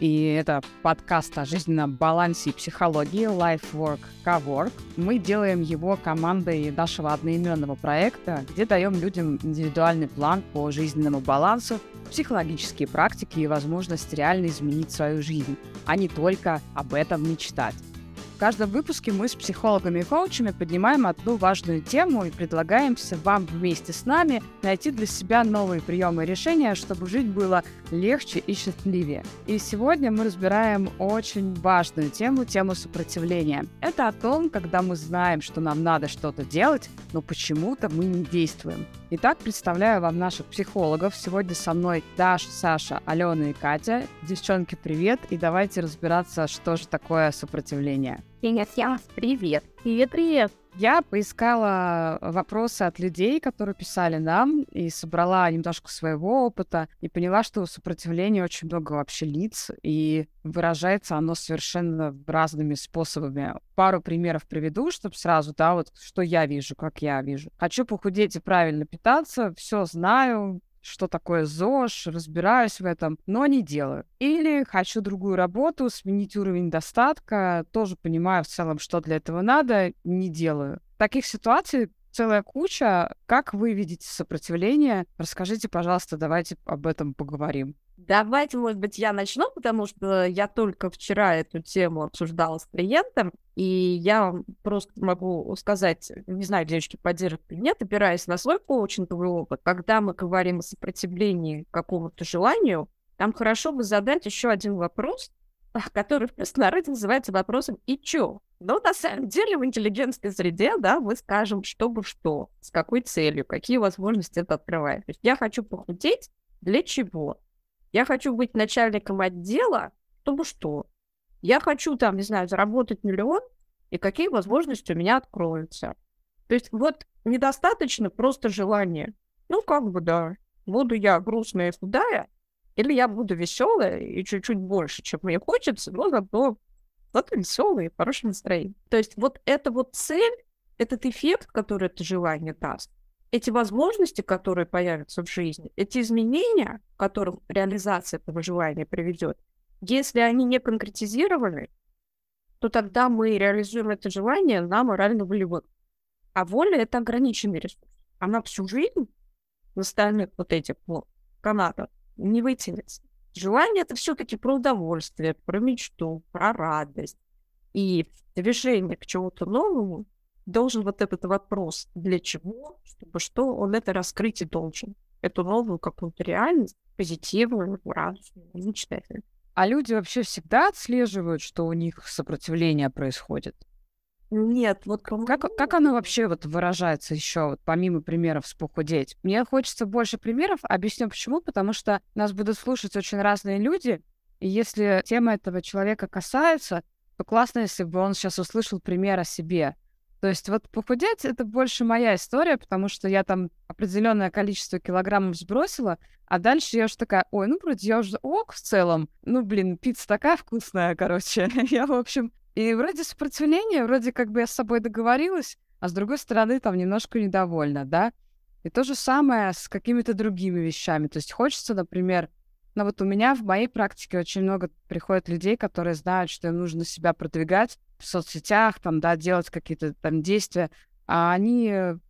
и это подкаст о жизненном балансе и психологии Life Work Cowork. Мы делаем его командой нашего одноименного проекта, где даем людям индивидуальный план по жизненному балансу, психологические практики и возможность реально изменить свою жизнь, а не только об этом мечтать. В каждом выпуске мы с психологами и коучами поднимаем одну важную тему и предлагаем вам вместе с нами найти для себя новые приемы и решения, чтобы жить было легче и счастливее. И сегодня мы разбираем очень важную тему сопротивления. Это о том, когда мы знаем, что нам надо что-то делать, но почему-то мы не действуем. Итак, представляю вам наших психологов. Сегодня со мной Даша, Саша, Алена и Катя. Девчонки, привет! И давайте разбираться, что же такое сопротивление. Привет. Привет. Я поискала вопросы от людей, которые писали нам, и собрала немножко своего опыта, и поняла, что у сопротивления очень много вообще лиц, и выражается оно совершенно разными способами. Пару примеров приведу, чтобы сразу, что я вижу, как я вижу. Хочу похудеть и правильно питаться, все знаю, что такое ЗОЖ, разбираюсь в этом, но не делаю. Или хочу другую работу, сменить уровень достатка, тоже понимаю в целом, что для этого надо, не делаю. Таких ситуаций целая куча. Как вы видите сопротивление? Расскажите, пожалуйста, давайте об этом поговорим. Давайте, может быть, я начну, потому что я только вчера эту тему обсуждала с клиентом, и я просто могу сказать, не знаю, девочки поддержат или нет, опираясь на свой коучинговый опыт, когда мы говорим о сопротивлении какому-то желанию, там хорошо бы задать еще один вопрос, который в простонародье называется вопросом «и чё?». Но на самом деле в интеллигентской среде, мы скажем, чтобы что, с какой целью, какие возможности это открывает. То есть я хочу похудеть, для чего? Я хочу быть начальником отдела, чтобы что? Я хочу, заработать 1 000 000, и какие возможности у меня откроются. То есть недостаточно просто желания. Буду я грустная и худая, или я буду веселая и чуть-чуть больше, чем мне хочется, но зато веселая и в хорошем настроении. То есть эта цель, этот эффект, который это желание даст, эти возможности, которые появятся в жизни, эти изменения, к которым реализация этого желания приведет, если они не конкретизированы, то тогда мы реализуем это желание на морально-волевых. А воля — это ограниченный ресурс. Она всю жизнь в остальных этих канатах не вытянется. Желание — это все-таки про удовольствие, про мечту, про радость. И движение к чему-то новому должен этот вопрос «для чего?», чтобы что, он это раскрыть и должен. Эту новую какую-то реальность, позитивную, радостную, замечательную. А люди вообще всегда отслеживают, что у них сопротивление происходит? Нет, Как оно вообще выражается еще, помимо примеров с похудеть? Мне хочется больше примеров. Объясню почему. Потому что нас будут слушать очень разные люди, и если тема этого человека касается, то классно, если бы он сейчас услышал пример о себе. То есть похудеть — это больше моя история, потому что я там определенное количество килограммов сбросила, а дальше я уже такая, вроде я уже в целом. Пицца такая вкусная, короче. Я, в общем... И вроде сопротивление, вроде как бы я с собой договорилась, а с другой стороны там немножко недовольна, да? И то же самое с какими-то другими вещами. То есть хочется, например... у меня в моей практике очень много приходит людей, которые знают, что им нужно себя продвигать в соцсетях, делать какие-то действия, а они,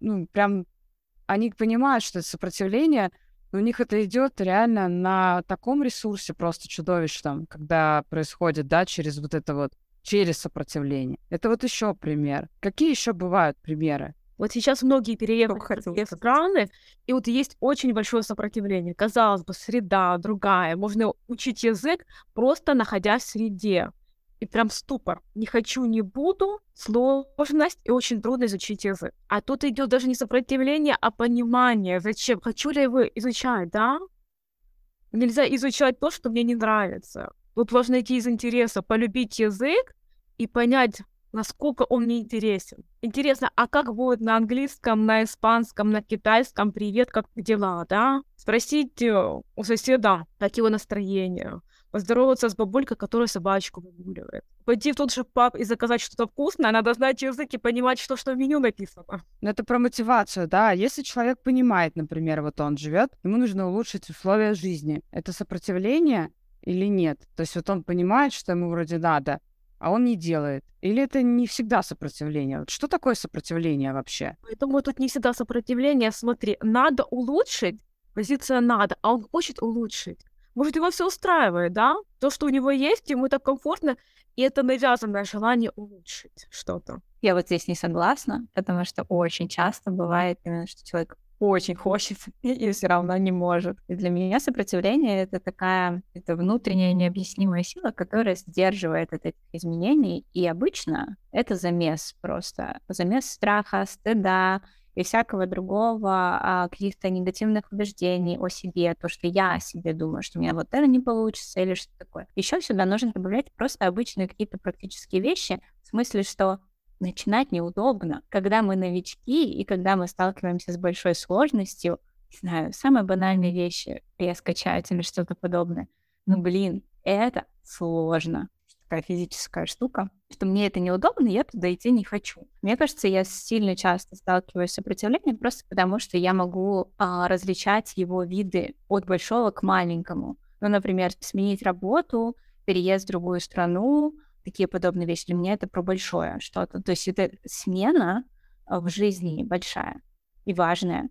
они понимают, что это сопротивление, но у них это идет реально на таком ресурсе просто чудовищном, когда происходит, через через сопротивление. Это еще пример. Какие еще бывают примеры? Сейчас многие переехали в страны, и есть очень большое сопротивление. Казалось бы, среда другая. Можно учить язык, просто находясь в среде. И прям ступор. Не хочу, не буду, сложность, и очень трудно изучить язык. А тут идет даже не сопротивление, а понимание. Зачем? Хочу ли вы изучать, да? Нельзя изучать то, что мне не нравится. Тут важно идти из интереса, полюбить язык и понять, насколько он мне интересен. Интересно, а как будет на английском, на испанском, на китайском «Привет, как дела?», да? Спросить у соседа, как его настроение. Поздороваться с бабулькой, которая собачку выгуливает. Пойти в тот же паб и заказать что-то вкусное, надо знать язык и понимать, что в меню написано. Это про мотивацию, да. Если человек понимает, например, он живет, ему нужно улучшить условия жизни. Это сопротивление. или нет? То есть вот он понимает, что ему вроде надо, а он не делает. Или это не всегда сопротивление? Вот что такое сопротивление вообще? Поэтому тут не всегда сопротивление. Смотри, надо улучшить, позиция надо, а он хочет улучшить. Может, его все устраивает, да? То, что у него есть, ему так комфортно, и это навязанное желание улучшить что-то. Я вот здесь не согласна, потому что очень часто бывает именно, что человек очень хочет и все равно не может. И для меня сопротивление — это внутренняя необъяснимая сила, которая сдерживает от этих изменений. И обычно это замес просто. Замес страха, стыда и всякого другого, каких-то негативных убеждений о себе, то, что я о себе думаю, что у меня вот это не получится или что-то такое. Еще сюда нужно добавлять просто обычные какие-то практические вещи, в смысле, что начинать неудобно, когда мы новички и когда мы сталкиваемся с большой сложностью, не знаю, самые банальные вещи, резко качать или что-то подобное. Но, блин, это сложно. Такая физическая штука, что мне это неудобно, я туда идти не хочу. Мне кажется, я сильно часто сталкиваюсь с сопротивлением просто потому, что я могу различать его виды от большого к маленькому. Ну, например, сменить работу, переезд в другую страну, такие подобные вещи. Для меня это про большое что-то. То есть это смена в жизни большая и важная.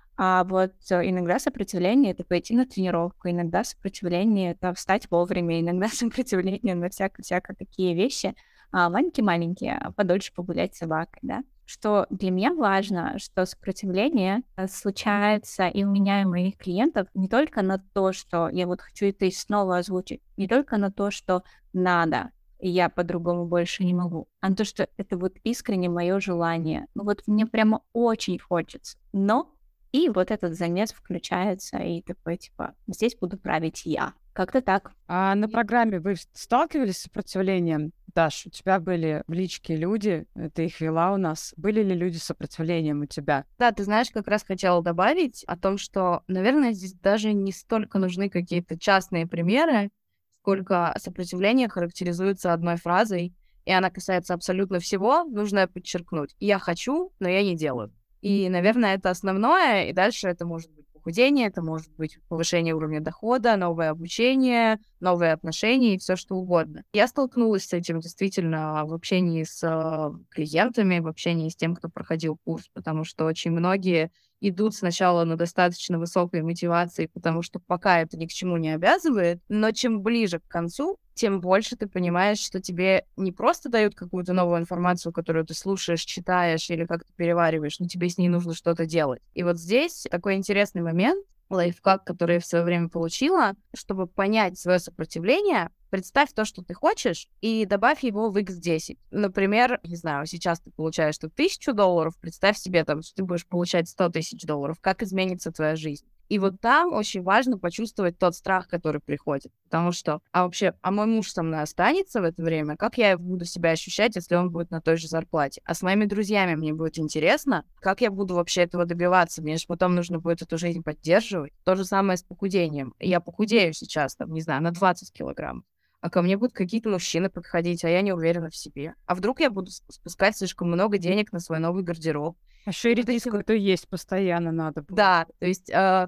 А вот иногда сопротивление — это пойти на тренировку, иногда сопротивление — это встать вовремя, иногда сопротивление на всяко такие вещи маленькие-маленькие, подольше погулять с собакой, да. Что для меня важно, что сопротивление случается и у меня, и у моих клиентов не только на то, что я вот хочу это снова озвучить, не только на то, что надо, и я по-другому больше не могу, а на то, что это вот искренне мое желание. Ну вот мне прямо очень хочется, но и вот этот замес включается, и такой, типа, здесь буду править я. Как-то так. А на программе вы сталкивались с сопротивлением? Даш, у тебя были в личке люди, ты их вела у нас. Были ли люди с сопротивлением у тебя? Да, ты знаешь, как раз хотела добавить о том, что, наверное, здесь даже не столько нужны какие-то частные примеры, сколько сопротивление характеризуется одной фразой, и она касается абсолютно всего, нужно подчеркнуть. Я хочу, но я не делаю. И, наверное, это основное, и дальше это может быть похудение, это может быть повышение уровня дохода, новое обучение, новые отношения и все что угодно. Я столкнулась с этим действительно в общении с клиентами, в общении с тем, кто проходил курс, потому что очень многие идут сначала на достаточно высокой мотивации, потому что пока это ни к чему не обязывает, но чем ближе к концу, тем больше ты понимаешь, что тебе не просто дают какую-то новую информацию, которую ты слушаешь, читаешь или как-то перевариваешь, но тебе с ней нужно что-то делать. И вот здесь такой интересный момент, лайфхак, который я в свое время получила, чтобы понять свое сопротивление, представь то, что ты хочешь, и добавь его в x10. Например, не знаю, сейчас ты получаешь тут $1000, представь себе там, что ты будешь получать $100 000. Как изменится твоя жизнь? И вот там очень важно почувствовать тот страх, который приходит. Потому что, а мой муж со мной останется в это время? Как я буду себя ощущать, если он будет на той же зарплате? А с моими друзьями мне будет интересно, как я буду вообще этого добиваться? Мне же потом нужно будет эту жизнь поддерживать. То же самое с похудением. Я похудею сейчас, там, не знаю, на 20 килограмм. А ко мне будут какие-то мужчины подходить, а я не уверена в себе. А вдруг я буду спускать слишком много денег на свой новый гардероб? А еще и риск какой-то есть, постоянно надо было. Да, то есть,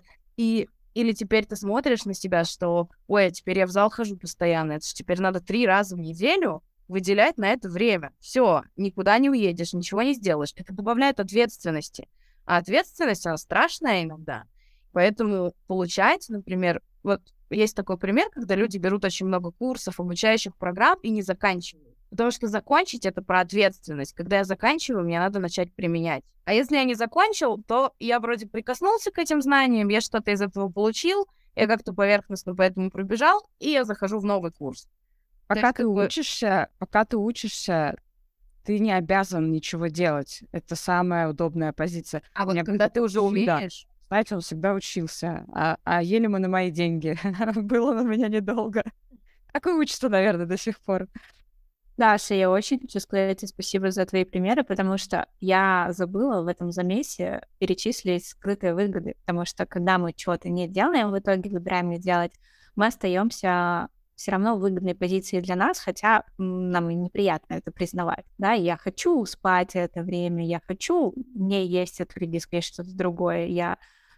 или теперь ты смотришь на себя, что, ой, теперь я в зал хожу постоянно, это же теперь надо 3 раза в неделю выделять на это время. Все, никуда не уедешь, ничего не сделаешь. Это добавляет ответственности. А ответственность, она страшная иногда. Поэтому получать, например, вот есть такой пример, когда люди берут очень много курсов, обучающих программ и не заканчивают. Потому что закончить — это про ответственность. Когда я заканчиваю, мне надо начать применять. А если я не закончил, то я вроде прикоснулся к этим знаниям, я что-то из этого получил, я как-то поверхностно по этому пробежал, и я захожу в новый курс. Пока ты учишься, ты не обязан ничего делать. Это самая удобная позиция. А вот когда ты уже умеешь... Знаете, он всегда учился, а ели мы на мои деньги. Было на меня недолго. Так и учится, наверное, до сих пор. Даша, я очень хочу сказать тебе спасибо за твои примеры, потому что я забыла в этом замесе перечислить скрытые выгоды, потому что когда мы чего-то не делаем, в итоге выбираем не делать, мы остаемся все равно в выгодной позиции для нас, хотя нам и неприятно это признавать. Да, я хочу спать это время, я хочу не есть эту редиску, есть что-то другое, я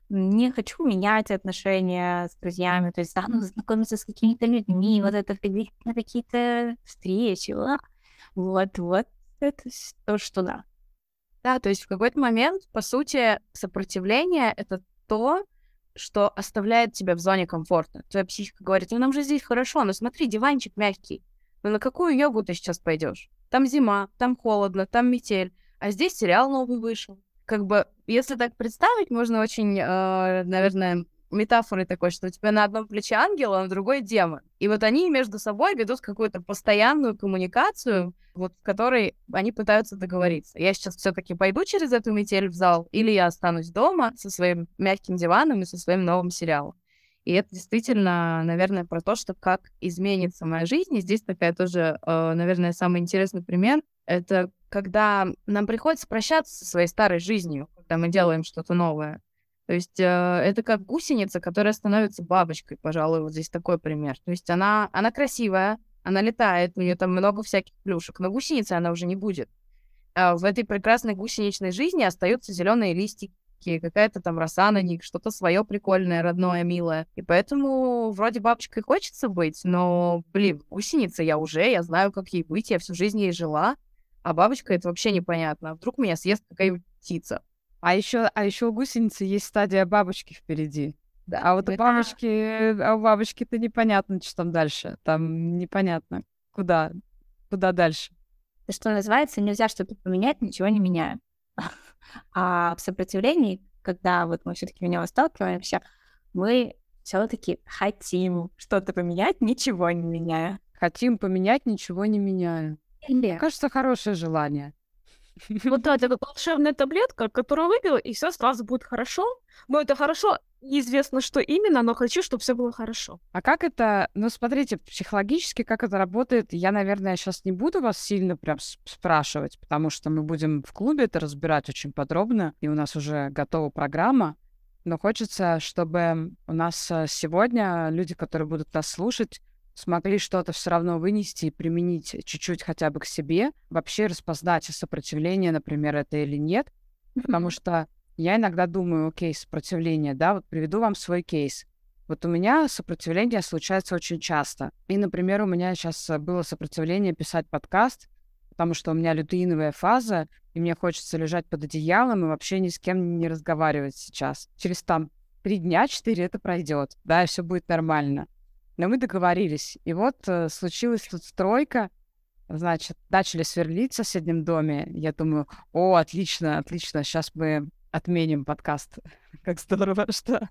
не хочу менять отношения с друзьями, то есть заново знакомиться с какими-то людьми, вот это ходить на какие-то встречи, вот это то, что да. Да, то есть в какой-то момент, по сути, сопротивление — это то, что оставляет тебя в зоне комфорта. Твоя психика говорит: ну нам же здесь хорошо, ну смотри, диванчик мягкий. Ну на какую йогу ты сейчас пойдешь? Там зима, там холодно, там метель, а здесь сериал новый вышел. Как бы, если так представить, можно очень, наверное, метафорой такой, что у тебя на одном плече ангел, а на другой демон. И вот они между собой ведут какую-то постоянную коммуникацию, вот в которой они пытаются договориться. Я сейчас все-таки пойду через эту метель в зал, или я останусь дома со своим мягким диваном и со своим новым сериалом. И это действительно, наверное, про то, что как изменится моя жизнь. И здесь такая тоже, наверное, самый интересный пример. Это когда нам приходится прощаться со своей старой жизнью, когда мы делаем что-то новое. То есть это как гусеница, которая становится бабочкой, пожалуй, вот здесь такой пример. То есть она красивая, она летает, у нее там много всяких плюшек, но гусеницей она уже не будет. А в этой прекрасной гусеничной жизни остаются зеленые листики, какая-то там роса на них, что-то свое прикольное, родное, милое. И поэтому вроде бабочкой хочется быть, но, блин, гусеница я знаю, как ей быть, я всю жизнь ей жила, а бабочка — это вообще непонятно. А вдруг меня съест какая-нибудь птица? А еще у гусеницы есть стадия бабочки впереди. Да, А вот у бабочки-то непонятно, что там дальше. Там непонятно, куда дальше. Это что называется, нельзя что-то поменять, ничего не меняя. А в сопротивлении, когда вот мы все-таки в него сталкиваемся, мы все-таки хотим что-то поменять, ничего не меняя. Хотим поменять, ничего не меняя. Или Кажется, хорошее желание. Вот да, это как волшебная таблетка, которую выпила, и все сразу будет хорошо. Но это хорошо, неизвестно, что именно, но хочу, чтобы все было хорошо. А как это, ну, смотрите, психологически, как это работает, я, наверное, сейчас не буду вас сильно прям спрашивать, потому что мы будем в клубе это разбирать очень подробно, и у нас уже готова программа, но хочется, чтобы у нас сегодня люди, которые будут нас слушать, смогли что-то все равно вынести и применить чуть-чуть хотя бы к себе, вообще распознать сопротивление, например, это или нет, потому что я иногда думаю, окей, сопротивление, да, вот приведу вам свой кейс. Вот у меня сопротивление случается очень часто. И, например, у меня сейчас было сопротивление писать подкаст, потому что у меня лютеиновая фаза, и мне хочется лежать под одеялом и вообще ни с кем не разговаривать сейчас. Через там 3 дня, 4 это пройдет, да, и все будет нормально. Но мы договорились. И вот случилась тут стройка, значит, начали сверлить в соседнем доме. Я думаю, отлично, сейчас мы отменим подкаст. Как здорово,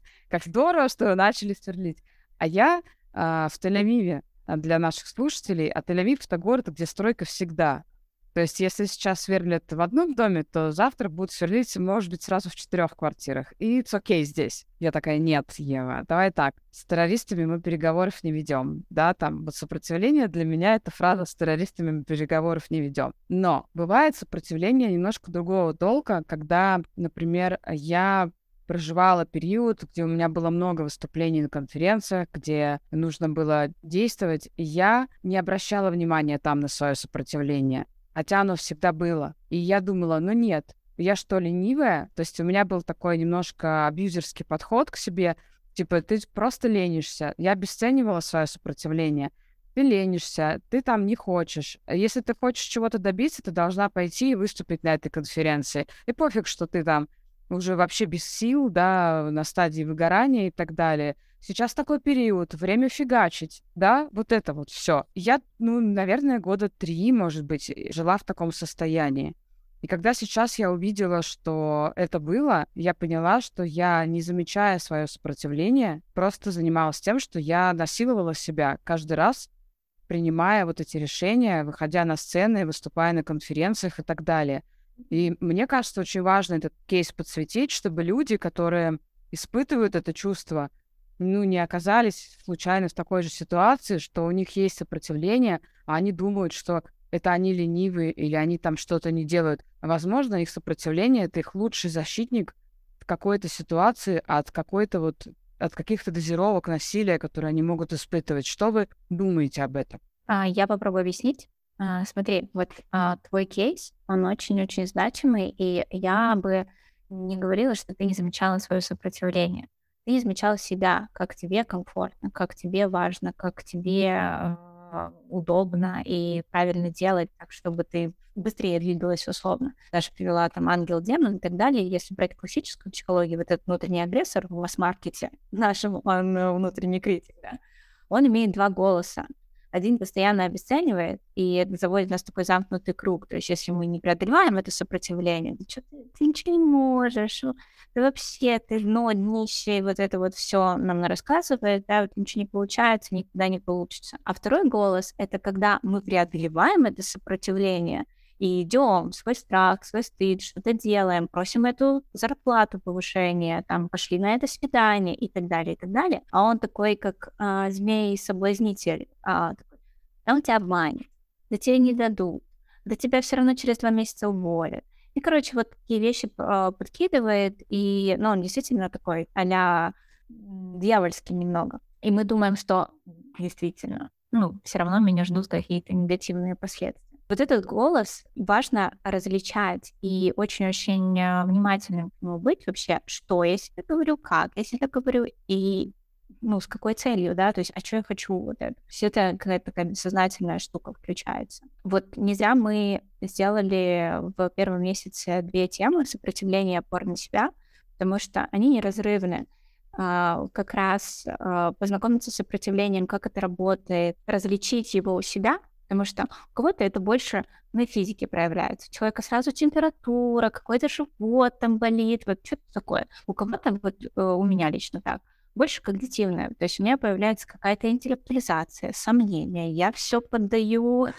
что начали сверлить. А я в Тель-Авиве, для наших слушателей, а Тель-Авив — это город, где стройка всегда. То есть если сейчас сверлят в одном доме, то завтра будут сверлить, может быть, сразу в 4 квартирах. И it's окей здесь. Я такая: нет, Ева, давай так. С террористами мы переговоров не ведем. Да, там вот сопротивление для меня — это фраза: с террористами мы переговоров не ведем. Но бывает сопротивление немножко другого толка, когда, например, я проживала период, где у меня было много выступлений на конференциях, где нужно было действовать, и я не обращала внимания там на свое сопротивление. Хотя оно всегда было. И я думала, ну нет, я что, ленивая? То есть у меня был такой немножко абьюзерский подход к себе. Типа, ты просто ленишься. Я обесценивала свое сопротивление. Ты ленишься, ты там не хочешь. Если ты хочешь чего-то добиться, ты должна пойти и выступить на этой конференции. И пофиг, что ты там уже вообще без сил, да, на стадии выгорания и так далее. Сейчас такой период, время фигачить, да, вот это вот все. Я, наверное, 3 года, может быть, жила в таком состоянии. И когда сейчас я увидела, что это было, я поняла, что я, не замечая свое сопротивление, просто занималась тем, что я насиловала себя каждый раз, принимая вот эти решения, выходя на сцены, выступая на конференциях и так далее. И мне кажется, очень важно этот кейс подсветить, чтобы люди, которые испытывают это чувство, не оказались случайно в такой же ситуации, что у них есть сопротивление, а они думают, что это они ленивые или они там что-то не делают. Возможно, их сопротивление — это их лучший защитник в какой-то ситуации от каких-то дозировок насилия, которые они могут испытывать. Что вы думаете об этом? Я попробую объяснить. Смотри, вот твой кейс, он очень-очень значимый, и я бы не говорила, что ты не замечала свое сопротивление. Ты не замечала себя, как тебе комфортно, как тебе важно, как тебе удобно и правильно делать так, чтобы ты быстрее двигалась условно. Даже привела там ангел-демон и так далее. Если брать классическую психологию, вот этот внутренний агрессор в масс-маркете, нашему он внутренний критик, да, он имеет два голоса. Один постоянно обесценивает, и это заводит нас в такой замкнутый круг. То есть если мы не преодолеваем это сопротивление, ты ничего не можешь, ты вообще, ты дно, днище, и вот это вот все нам рассказывает, да, вот ничего не получается, никогда не получится. А второй голос — это когда мы преодолеваем это сопротивление, и идем, свой страх, свой стыд, что-то делаем, просим эту зарплату повышения, там, пошли на это свидание и так далее, и так далее. А он такой, как змей-соблазнитель, такой, да он тебя обманет, да тебе не дадут, да тебя все равно через 2 месяца уволят. И, короче, вот такие вещи подкидывает, и, ну, он действительно такой а-ля дьявольский немного. И мы думаем, что действительно, ну, все равно меня ждут какие-то негативные последствия. Вот этот голос важно различать и очень-очень внимательным к нему быть вообще, что я себе говорю, как я себе говорю, и ну, с какой целью, да, то есть, а что я хочу, вот это. Все это какая-то такая бессознательная штука включается. Вот не зря мы сделали в первом месяце 2 темы сопротивления, опор на себя, потому что они неразрывны. Как раз познакомиться с сопротивлением, как это работает, различить его у себя, потому что у кого-то это больше на физике проявляется. У человека сразу температура, какой-то живот там болит, вот что-то такое. У кого-то, вот у меня лично так, больше когнитивное. То есть у меня появляется какая-то интеллектуализация, сомнения. Я все поддаю,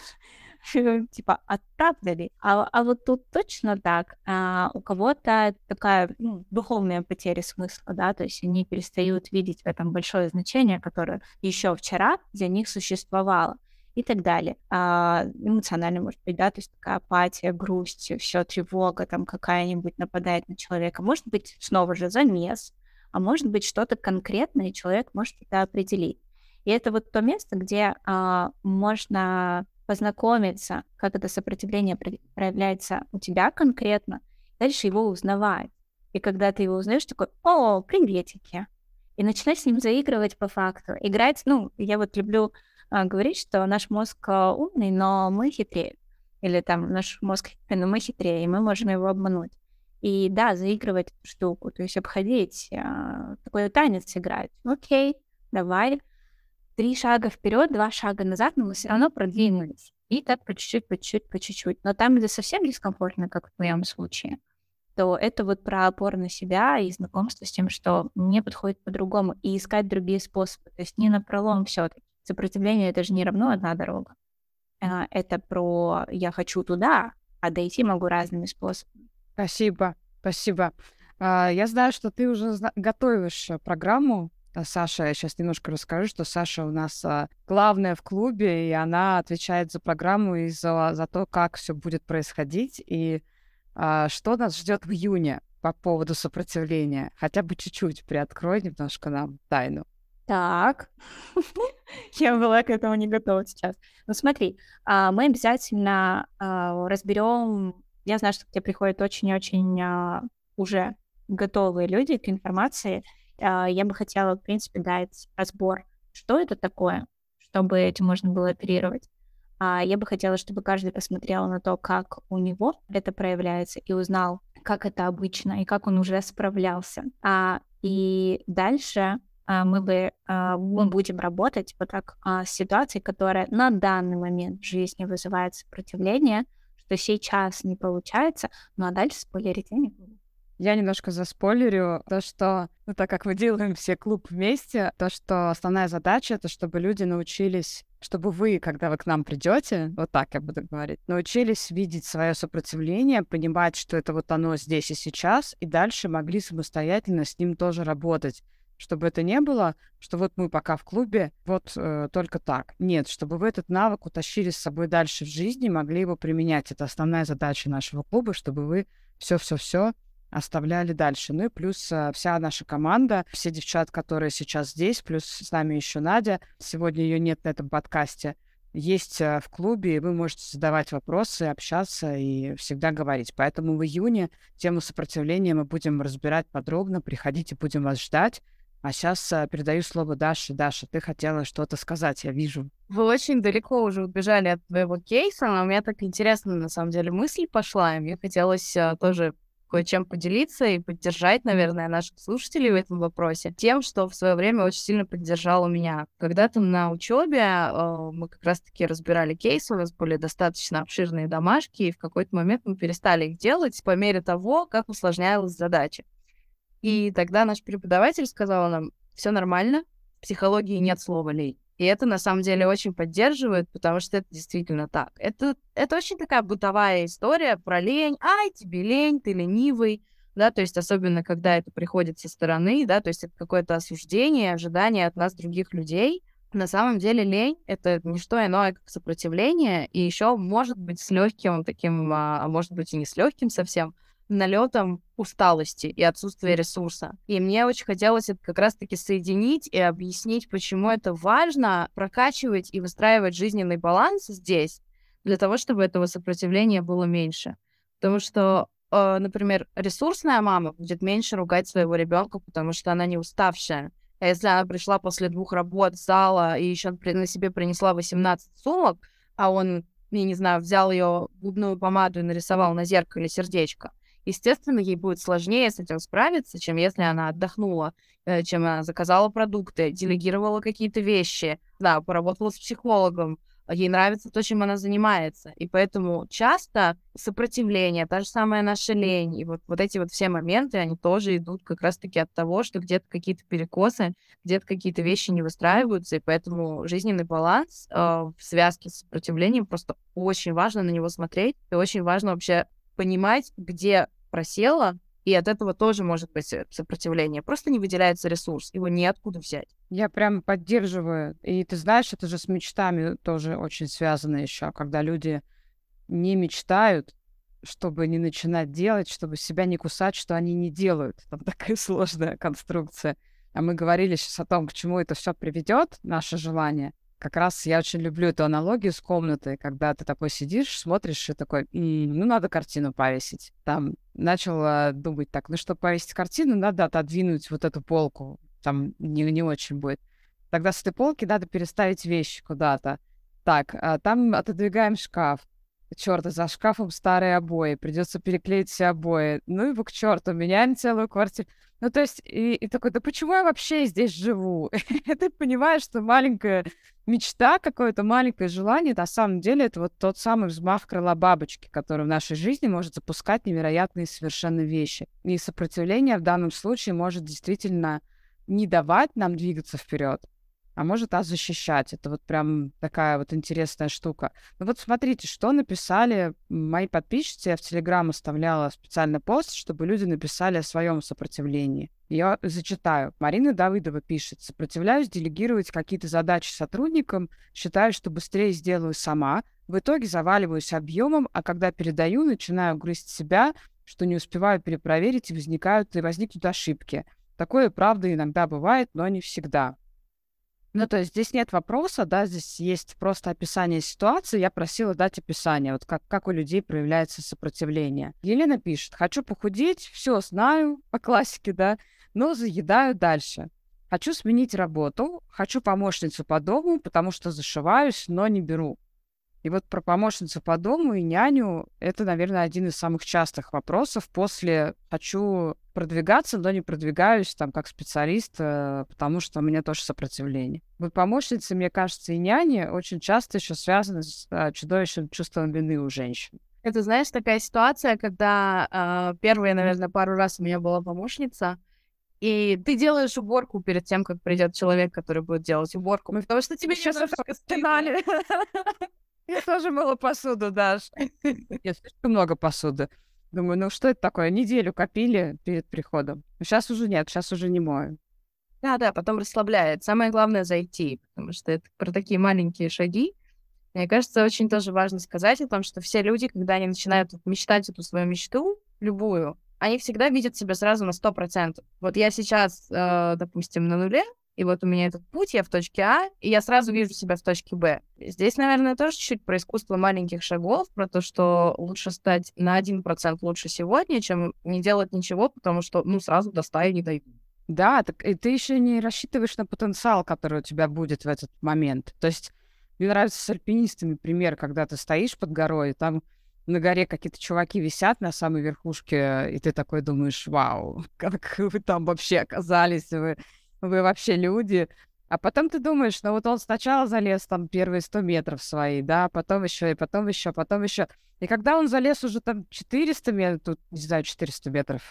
типа, правда ли? А вот тут точно так. У кого-то такая духовная потеря смысла, да, то есть они перестают видеть в этом большое значение, которое еще вчера для них существовало. И так далее. Эмоционально, может быть, да, то есть такая апатия, грусть, все, тревога там какая-нибудь нападает на человека. Может быть, снова же замес, а может быть, что-то конкретное, и человек может это определить. И это вот то место, где можно познакомиться, как это сопротивление проявляется у тебя конкретно, дальше его узнавать. И когда ты его узнаешь, такой, о, приветики. И начинать с ним заигрывать по факту. Играть, ну, я вот люблю говорить, что наш мозг умный, но мы хитрее. Или там наш мозг хитрый, но мы хитрее, и мы можем его обмануть. И да, заигрывать эту штуку, то есть обходить, такой танец играть. Окей, давай. 3 шага вперед, 2 шага назад, но мы все равно продвинулись. И так по чуть-чуть, по чуть-чуть, по чуть-чуть. Но там, где совсем дискомфортно, как в твоем случае, то это вот про опору на себя и знакомство с тем, что мне подходит по-другому, и искать другие способы. То есть не напролом все-таки. Сопротивление — это же не равно одна дорога. Это про «я хочу туда», а дойти могу разными способами. Спасибо, спасибо. Я знаю, что ты уже готовишь программу, Саша. Я сейчас немножко расскажу, что Саша у нас главная в клубе, и она отвечает за программу и за то, как все будет происходить, и что нас ждет в июне по поводу сопротивления. Хотя бы чуть-чуть приоткрой немножко нам тайну. Так, я была к этому не готова сейчас. Ну смотри, мы обязательно разберем. Я знаю, что к тебе приходят очень-очень уже готовые люди к информации. Я бы хотела, в принципе, дать разбор, что это такое, чтобы этим можно было оперировать. Я бы хотела, чтобы каждый посмотрел на то, как у него это проявляется, и узнал, как это обычно, и как он уже справлялся. И дальше мы будем работать вот так с ситуацией, которая на данный момент в жизни вызывает сопротивление, что сейчас не получается, ну а дальше спойлерить я не буду. Я немножко заспойлерю то, что, ну, так как мы делаем все клуб вместе, то, что основная задача — это чтобы люди научились, чтобы вы, когда вы к нам придете, вот так я буду говорить, научились видеть свое сопротивление, понимать, что это вот оно здесь и сейчас, и дальше могли самостоятельно с ним тоже работать. Чтобы это не было, что вот мы пока в клубе, вот только так. Нет, чтобы вы этот навык утащили с собой дальше в жизни, могли его применять. Это основная задача нашего клуба, чтобы вы все-все-все оставляли дальше. Ну и плюс вся наша команда, все девчат, которые сейчас здесь, плюс с нами еще Надя. Сегодня ее нет на этом подкасте. есть в клубе, и вы можете задавать вопросы, общаться и всегда говорить. Поэтому в июне тему сопротивления мы будем разбирать подробно. Приходите, будем вас ждать. А сейчас передаю слово Даше. Даша, ты хотела что-то сказать, я вижу. Вы очень далеко уже убежали от твоего кейса, но у меня так интересно, на самом деле, мысль пошла, и мне хотелось тоже кое-чем поделиться и поддержать, наверное, наших слушателей в этом вопросе тем, что в свое время очень сильно поддержало меня. Когда-то на учебе мы как раз-таки разбирали кейсы, у нас были достаточно обширные домашки, и в какой-то момент мы перестали их делать по мере того, как усложнялась задача. И тогда наш преподаватель сказал нам: все нормально, в психологии нет слова «лень». И это, на самом деле, очень поддерживает, потому что это действительно так. Это очень такая бытовая история про лень. Ай, тебе лень, ты ленивый. Да, то есть особенно, когда это приходит со стороны, да, то есть это какое-то осуждение, ожидание от нас других людей. На самом деле лень — это не что иное, как сопротивление, и еще может быть с легким таким, а может быть и не с легким совсем, налетом усталости и отсутствия ресурса. И мне очень хотелось это как раз-таки соединить и объяснить, почему это важно прокачивать и выстраивать жизненный баланс здесь, для того, чтобы этого сопротивления было меньше. Потому что, например, ресурсная мама будет меньше ругать своего ребенка, потому что она не уставшая. А если она пришла после 2 работ с зала и еще на себе принесла 18 сумок, а он, я не знаю, взял ее губную помаду и нарисовал на зеркале сердечко, естественно, ей будет сложнее с этим справиться, чем если она отдохнула, чем она заказала продукты, делегировала какие-то вещи, да, поработала с психологом, ей нравится то, чем она занимается. И поэтому часто сопротивление, та же самая наша лень, и вот эти вот все моменты, они тоже идут как раз-таки от того, что где-то какие-то перекосы, где-то какие-то вещи не выстраиваются, и поэтому жизненный баланс в связке с сопротивлением просто очень важно на него смотреть, и очень важно вообще понимать, где просело, и от этого тоже может быть сопротивление. Просто не выделяется ресурс, его неоткуда взять. Я прям поддерживаю. И ты знаешь, это же с мечтами тоже очень связано еще, когда люди не мечтают, чтобы не начинать делать, чтобы себя не кусать, что они не делают. Там такая сложная конструкция. А мы говорили сейчас о том, к чему это все приведет, наше желание. Как раз я очень люблю эту аналогию с комнатой, когда ты такой сидишь, смотришь и такой, ну, надо картину повесить. Там начала думать так, ну, чтобы повесить картину, надо отодвинуть вот эту полку. Там не очень будет. Тогда с этой полки надо переставить вещи куда-то. Так, там отодвигаем шкаф. Черт, за шкафом старые обои. Придется переклеить все обои. Ну его к черту, меняем целую квартиру. Ну, то есть, и такой, да почему я вообще здесь живу? И ты понимаешь, что маленькая мечта, какое-то маленькое желание, на самом деле, это вот тот самый взмах крыла бабочки, который в нашей жизни может запускать невероятные совершенно вещи. И сопротивление в данном случае может действительно не давать нам двигаться вперед, а может защищать. Это вот прям такая вот интересная штука. Ну вот смотрите, что написали мои подписчицы. Я в Телеграм оставляла специальный пост, чтобы люди написали о своем сопротивлении. Я зачитаю. Марина Давыдова пишет: «Сопротивляюсь делегировать какие-то задачи сотрудникам, считаю, что быстрее сделаю сама. В итоге заваливаюсь объемом, а когда передаю, начинаю грызть себя, что не успеваю перепроверить, и возникнут ошибки. Такое, правда, иногда бывает, но не всегда». Ну, то есть здесь нет вопроса, да, здесь есть просто описание ситуации. Я просила дать описание, вот как у людей проявляется сопротивление. Елена пишет: «Хочу похудеть, все знаю, по классике, да, но заедаю дальше. Хочу сменить работу, хочу помощницу по дому, потому что зашиваюсь, но не беру». И вот про помощницу по дому и няню — это, наверное, один из самых частых вопросов после «хочу продвигаться, но не продвигаюсь там как специалист, потому что у меня тоже сопротивление». Вот помощницы, мне кажется, и няни очень часто еще связаны с чудовищным чувством вины у женщин. Это, знаешь, такая ситуация, когда первые, наверное, пару раз у меня была помощница, и ты делаешь уборку перед тем, как придет человек, который будет делать уборку, потому что тебе сейчас стынали. Я тоже мыла посуду, Даш. Нет, слишком много посуды. Думаю, ну что это такое? Неделю копили перед приходом. Сейчас уже нет, сейчас уже не мою. Да, потом расслабляет. Самое главное — зайти, потому что это про такие маленькие шаги. Мне кажется, очень тоже важно сказать о том, что все люди, когда они начинают мечтать эту свою мечту, любую, они всегда видят себя сразу на 100%. Вот я сейчас, допустим, на нуле, и вот у меня этот путь, я в точке А, и я сразу вижу себя в точке Б. Здесь, наверное, тоже чуть-чуть про искусство маленьких шагов, про то, что лучше стать на 1% лучше сегодня, чем не делать ничего, потому что, сразу до 100 не дойду. Да, так и ты еще не рассчитываешь на потенциал, который у тебя будет в этот момент. То есть мне нравится с альпинистами пример, когда ты стоишь под горой, и там на горе какие-то чуваки висят на самой верхушке, и ты такой думаешь: вау, как вы там вообще оказались, вы вообще люди. А потом ты думаешь, ну вот он сначала залез там первые 100 метров свои, да, потом еще, и потом еще, потом еще. И когда он залез уже там 400 метров, тут, не знаю, 400 метров,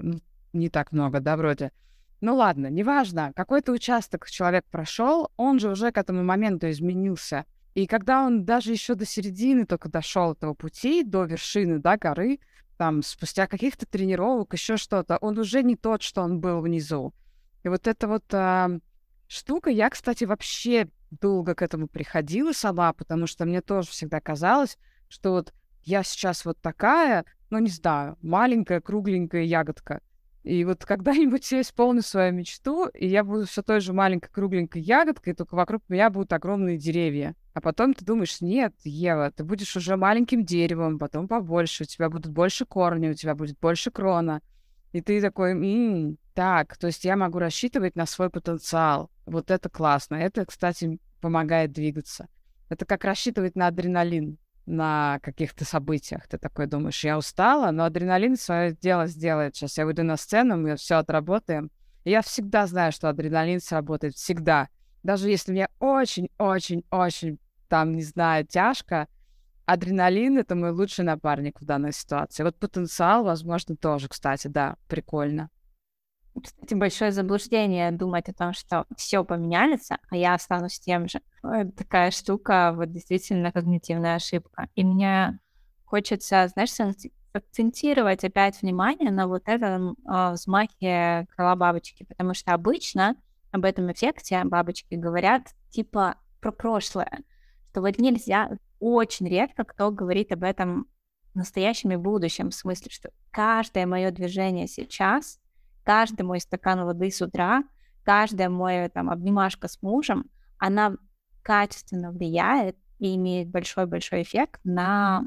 не так много, да, вроде. Ну ладно, неважно, какой-то участок человек прошел, он же уже к этому моменту изменился. И когда он даже еще до середины только дошел этого пути, до вершины, да, горы, там, спустя каких-то тренировок, еще что-то, он уже не тот, что он был внизу. И вот эта вот штука, я, кстати, вообще долго к этому приходила сама, потому что мне тоже всегда казалось, что вот я сейчас вот такая, ну, не знаю, маленькая, кругленькая ягодка. И вот когда-нибудь я исполню свою мечту, и я буду все той же маленькой кругленькой ягодкой, только вокруг меня будут огромные деревья. А потом ты думаешь: нет, Ева, ты будешь уже маленьким деревом, потом побольше, у тебя будут больше корни, у тебя будет больше крона. И ты такой: так, то есть я могу рассчитывать на свой потенциал. Вот это классно. Это, кстати, помогает двигаться. Это как рассчитывать на адреналин на каких-то событиях. Ты такой думаешь: я устала, но адреналин свое дело сделает. Сейчас я выйду на сцену, мы все отработаем. И я всегда знаю, что адреналин сработает. Всегда. Даже если мне очень-очень-очень, там, не знаю, тяжко, адреналин — это мой лучший напарник в данной ситуации. Вот потенциал, возможно, тоже, кстати, да, прикольно. Кстати, большое заблуждение думать о том, что все поменяется, а я останусь тем же. Это такая штука, вот действительно когнитивная ошибка. И мне хочется, знаешь, акцентировать опять внимание на вот этом взмахе крыла бабочки, потому что обычно об этом эффекте бабочки говорят типа про прошлое, что вот нельзя, очень редко кто говорит об этом в настоящем и будущем, в смысле, что каждое мое движение сейчас, каждый мой стакан воды с утра, каждая моя там обнимашка с мужем, она качественно влияет и имеет большой-большой эффект на,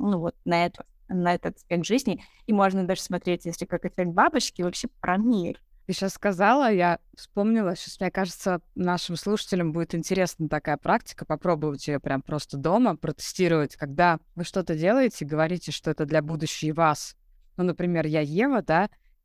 на этот аспект жизни. И можно даже смотреть, если как эффект бабочки, вообще про мир. Ты сейчас сказала, я вспомнила, сейчас, мне кажется, нашим слушателям будет интересна такая практика, попробовать ее прям просто дома, протестировать, когда вы что-то делаете, говорите, что это для будущей вас. Ну, например, я Ева, да,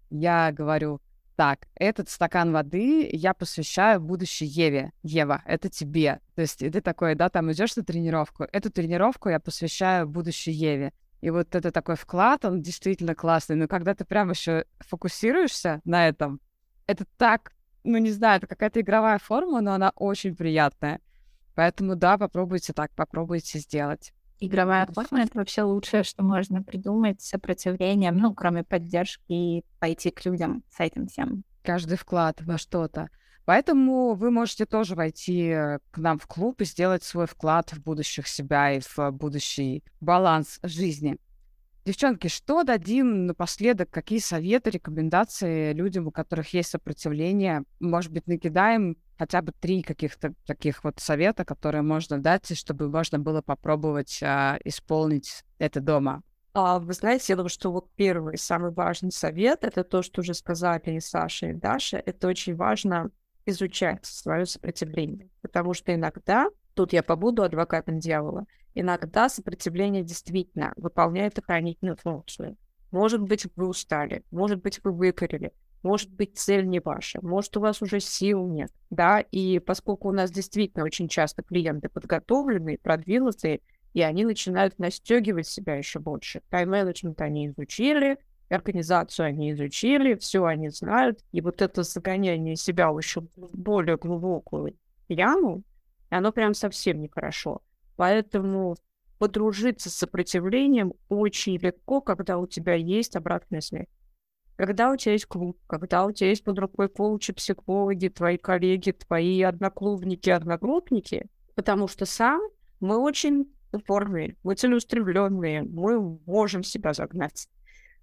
я говорю: так, этот стакан воды я посвящаю будущей Еве. Ева, это тебе. То есть и ты такой, да, там идешь на тренировку, эту тренировку я посвящаю будущей Еве. И вот это такой вклад, он действительно классный. Но когда ты прям еще фокусируешься на этом, это так, ну, не знаю, это какая-то игровая форма, но она очень приятная. Поэтому, да, попробуйте так, попробуйте сделать. Игровая форма — это вообще лучшее, что можно придумать с сопротивлением, ну, кроме поддержки, и пойти к людям с этим всем. Каждый вклад во что-то. Поэтому вы можете тоже войти к нам в клуб и сделать свой вклад в будущих себя и в будущий баланс жизни. Девчонки, что дадим напоследок? Какие советы, рекомендации людям, у которых есть сопротивление? Может быть, накидаем хотя бы 3 каких-то таких вот совета, которые можно дать, чтобы можно было попробовать исполнить это дома? Вы знаете, я думаю, что вот первый, самый важный совет — это то, что уже сказали и Саша, и Даша. Это очень важно изучать свое сопротивление. Потому что иногда, тут я побуду адвокатом дьявола, иногда сопротивление действительно выполняет охранительную функцию. Может быть, вы устали, может быть, вы выгорели, может быть, цель не ваша, может, у вас уже сил нет, да, и поскольку у нас действительно очень часто клиенты подготовленные, продвинутые, и они начинают настёгивать себя еще больше. Тайм-менеджмент они изучили, организацию они изучили, все они знают, и вот это загоняние себя в еще более глубокую яму, оно прям совсем нехорошо. Поэтому подружиться с сопротивлением очень легко, когда у тебя есть обратная связь. Когда у тебя есть клуб, когда у тебя есть под рукой коучи, психологи, твои коллеги, твои одногруппники, потому что сам мы очень упорные, мы целеустремленные, мы можем себя загнать.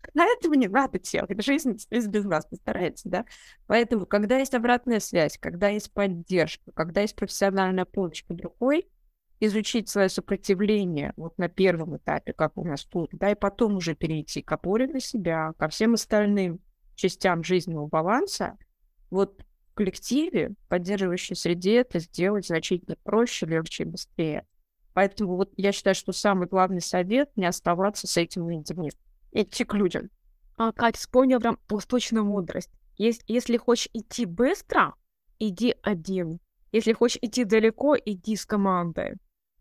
На этого не надо делать. Жизнь без нас постарается, да? Поэтому, когда есть обратная связь, когда есть поддержка, когда есть профессиональная помощь под рукой, изучить свое сопротивление вот на первом этапе, как у нас тут, да, и потом уже перейти к опоре на себя, ко всем остальным частям жизненного баланса, вот в коллективе, в поддерживающей среде, это сделать значительно проще, легче и быстрее. Поэтому вот я считаю, что самый главный совет — не оставаться с этим наедине. Идти к людям. Кать, вспомнила прям восточную мудрость. Если хочешь идти быстро, иди один. Если хочешь идти далеко, иди с командой.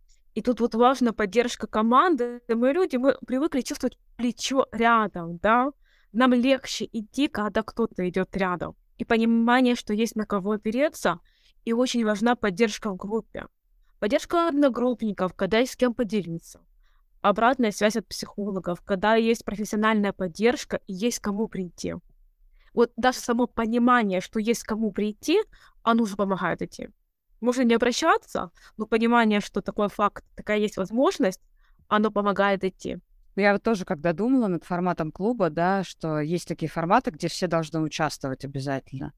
И тут вот важна поддержка команды. Мы люди, мы привыкли чувствовать плечо рядом, да? Нам легче идти, когда кто-то идет рядом. И понимание, что есть на кого опереться, и очень важна поддержка в группе. Поддержка одногруппников, когда есть с кем поделиться. Обратная связь от психологов, когда есть профессиональная поддержка и есть к кому прийти. Вот даже само понимание, что есть к кому прийти, оно уже помогает идти. Можно не обращаться, но понимание, что такой факт, такая есть возможность, оно помогает идти. Я вот тоже, когда думала над форматом клуба, да, что есть такие форматы, где все должны участвовать обязательно.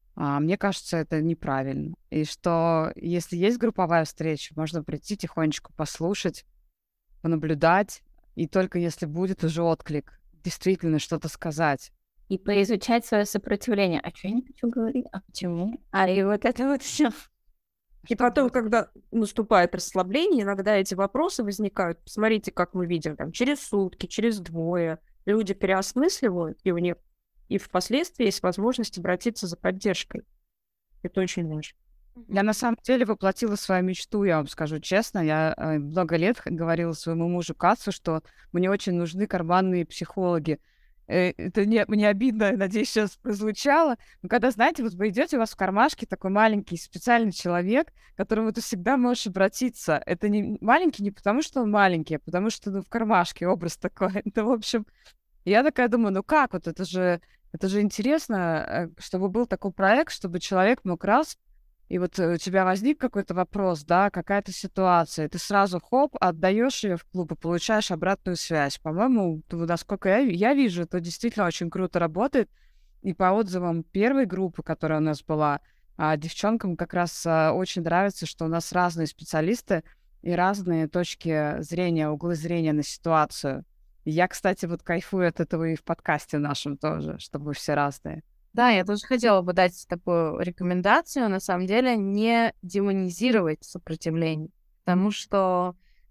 Мне кажется, это неправильно. И что если есть групповая встреча, можно прийти тихонечко послушать, понаблюдать, и только если будет уже отклик, действительно что-то сказать. И поизучать свое сопротивление. А что я не хочу говорить? А почему? И вот это вот все. И потом, когда наступает расслабление, иногда эти вопросы возникают. Посмотрите, как мы видим, там, через сутки, через двое. Люди переосмысливают, и у них и впоследствии есть возможность обратиться за поддержкой. Это очень важно. Я на самом деле воплотила свою мечту, я вам скажу честно. Я много лет говорила своему мужу Кацу, что мне очень нужны карманные психологи. Это мне обидно, надеюсь, сейчас прозвучало. Но когда, знаете, вот вы идете, у вас в кармашке такой маленький специальный человек, к которому ты всегда можешь обратиться. Это не маленький не потому, что он маленький, а потому что в кармашке образ такой. Это, в общем, я такая думаю, ну как вот, это же интересно, чтобы был такой проект, чтобы человек мог раз, и вот у тебя возник какой-то вопрос, да, какая-то ситуация, и ты сразу, хоп, отдаешь ее в клуб и получаешь обратную связь. По-моему, насколько я вижу, это действительно очень круто работает. И по отзывам первой группы, которая у нас была, девчонкам как раз очень нравится, что у нас разные специалисты и разные точки зрения, углы зрения на ситуацию. И я, кстати, вот кайфую от этого и в подкасте нашем тоже, чтобы все разные. Да, я тоже хотела бы дать такую рекомендацию, на самом деле, не демонизировать сопротивление, потому что,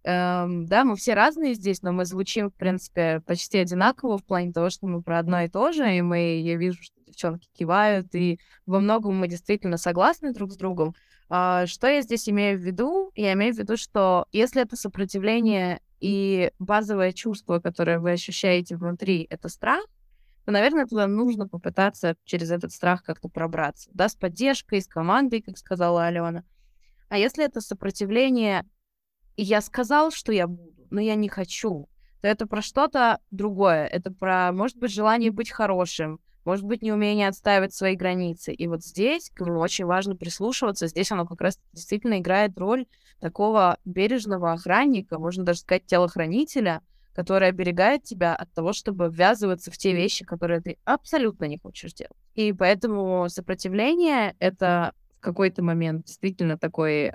да, мы все разные здесь, но мы звучим, в принципе, почти одинаково в плане того, что мы про одно и то же, и я вижу, что девчонки кивают, и во многом мы действительно согласны друг с другом. Что я здесь имею в виду? Я имею в виду, что если это сопротивление и базовое чувство, которое вы ощущаете внутри, это страх, то, наверное, туда нужно попытаться через этот страх как-то пробраться. Да, с поддержкой, с командой, как сказала Алена. А если это сопротивление, и я сказал, что я буду, но я не хочу, то это про что-то другое. Это про, может быть, желание быть хорошим, может быть, неумение отстаивать свои границы. И вот здесь к нему очень важно прислушиваться. Здесь оно как раз действительно играет роль такого бережного охранника, можно даже сказать, телохранителя, который оберегает тебя от того, чтобы ввязываться в те вещи, которые ты абсолютно не хочешь делать. И поэтому сопротивление — это в какой-то момент действительно такое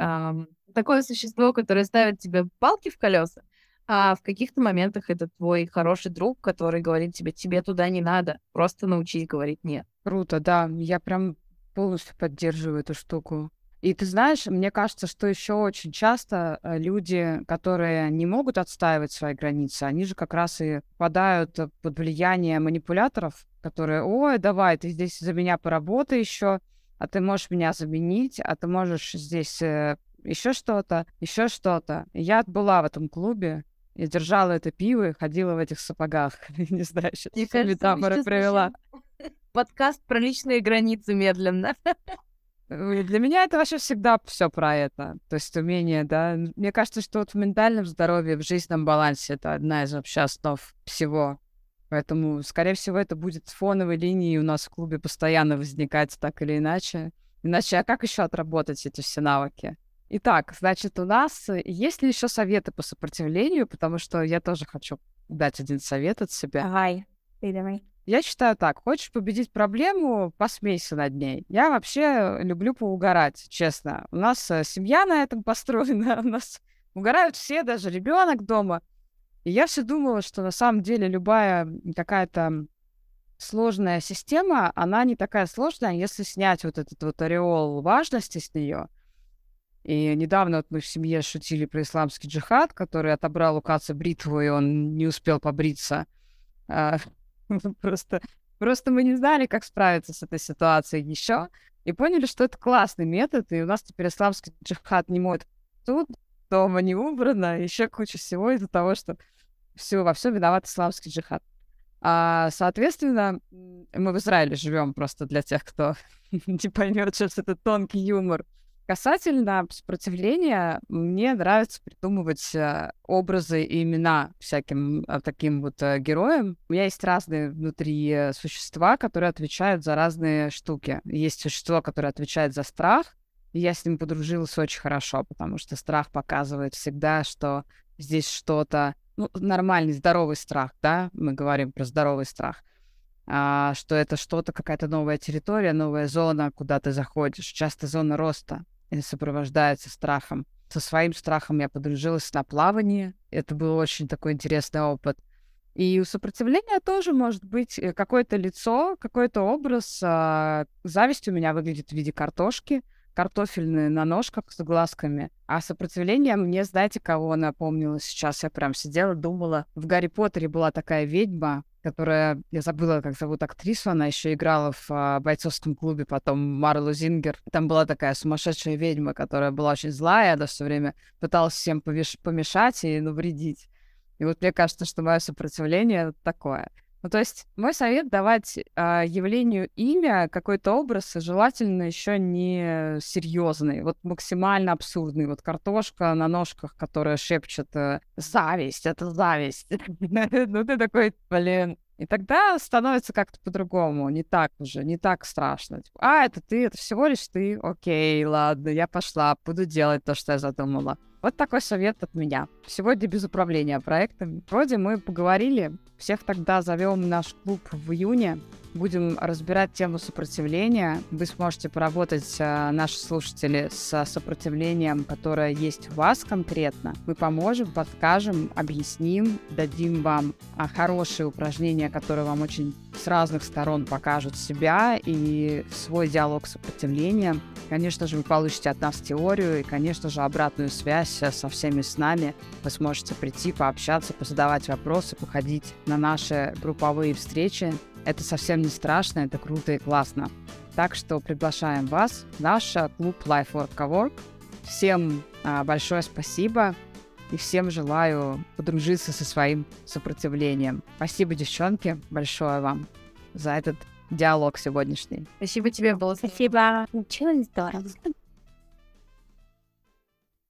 существо, которое ставит тебе палки в колеса, а в каких-то моментах это твой хороший друг, который говорит тебе туда не надо, просто научись говорить «нет». Круто, да. Я прям полностью поддерживаю эту штуку. И ты знаешь, мне кажется, что еще очень часто люди, которые не могут отстаивать свои границы, они же как раз и попадают под влияние манипуляторов, которые: ой, давай, ты здесь за меня поработай еще, а ты можешь меня заменить, а ты можешь здесь еще что-то, еще что-то. И я была в этом клубе, я держала это пиво и ходила в этих сапогах. Не знаю, сейчас метафоры провела. Подкаст про личные границы медленно. Для меня это вообще всегда все про это. То есть умение, да. Мне кажется, что вот в ментальном здоровье, в жизненном балансе это одна из вообще основ всего. Поэтому, скорее всего, это будет фоновой линией у нас в клубе постоянно возникать так или иначе. Иначе, а как еще отработать эти все навыки? Итак, значит, у нас есть ли еще советы по сопротивлению? Потому что я тоже хочу дать один совет от себя. Давай. Ты давай. Я считаю так, хочешь победить проблему, посмейся над ней. Я вообще люблю поугарать, честно. У нас семья на этом построена, у нас угорают все, даже ребенок дома. И я все думала, что на самом деле любая какая-то сложная система, она не такая сложная, если снять вот этот вот ореол важности с нее. И недавно вот мы в семье шутили про исламский джихад, который отобрал у Каца бритву, и он не успел побриться. А, Просто мы не знали, как справиться с этой ситуацией еще, и поняли, что это классный метод, и у нас теперь исламский джихад не моет тут, дома не убрано, еще куча всего из-за того, что во всем виноват исламский джихад. Соответственно, мы в Израиле живем, просто для тех, кто не поймет, что это тонкий юмор. Касательно сопротивления, мне нравится придумывать образы и имена всяким таким вот героям. У меня есть разные внутри существа, которые отвечают за разные штуки. Есть существо, которое отвечает за страх, и я с ним подружилась очень хорошо, потому что страх показывает всегда, что здесь что-то... нормальный, здоровый страх, да? Мы говорим про здоровый страх. Что это что-то, какая-то новая территория, новая зона, куда ты заходишь. Часто зона роста сопровождается страхом. Со своим страхом я подружилась на плавании. Это был очень такой интересный опыт. И у сопротивления тоже может быть какое-то лицо, какой-то образ. Зависть у меня выглядит в виде картошки, картофельные на ножках с глазками. А сопротивление мне, знаете, кого напомнило сейчас? Я прям сидела, думала. В «Гарри Поттере» была такая ведьма, которая, я забыла, как зовут актрису, она еще играла в бойцовском клубе, потом Марлу Зингер. Там была такая сумасшедшая ведьма, которая была очень злая, она все время пыталась всем помешать и навредить. И вот мне кажется, что мое сопротивление такое. То есть мой совет — давать явлению имя, какой-то образ, и желательно еще не серьезный, вот максимально абсурдный. Вот картошка на ножках, которая шепчет «зависть, это зависть». Ну ты такой, блин. И тогда становится как-то по-другому, не так уже, не так страшно. Это ты, это всего лишь ты. Окей, ладно, я пошла, буду делать то, что я задумала. Вот такой совет от меня. Сегодня без управления проектом. Вроде мы поговорили. Всех тогда зовем в наш клуб в июне. Будем разбирать тему сопротивления. Вы сможете поработать, наши слушатели, с сопротивлением, которое есть у вас конкретно. Мы поможем, подскажем, объясним, дадим вам хорошие упражнения, которые вам очень с разных сторон покажут себя и свой диалог с сопротивлением. Конечно же, вы получите от нас теорию и, конечно же, обратную связь со всеми с нами. Вы сможете прийти, пообщаться, позадавать вопросы, походить на наши групповые встречи. Это совсем не страшно, это круто и классно. Так что приглашаем вас в наш клуб Life Work Cowork. Всем большое спасибо и всем желаю подружиться со своим сопротивлением. Спасибо, девчонки, большое вам за этот диалог сегодняшний. Спасибо тебе, было Спасибо. Ничего не здорово.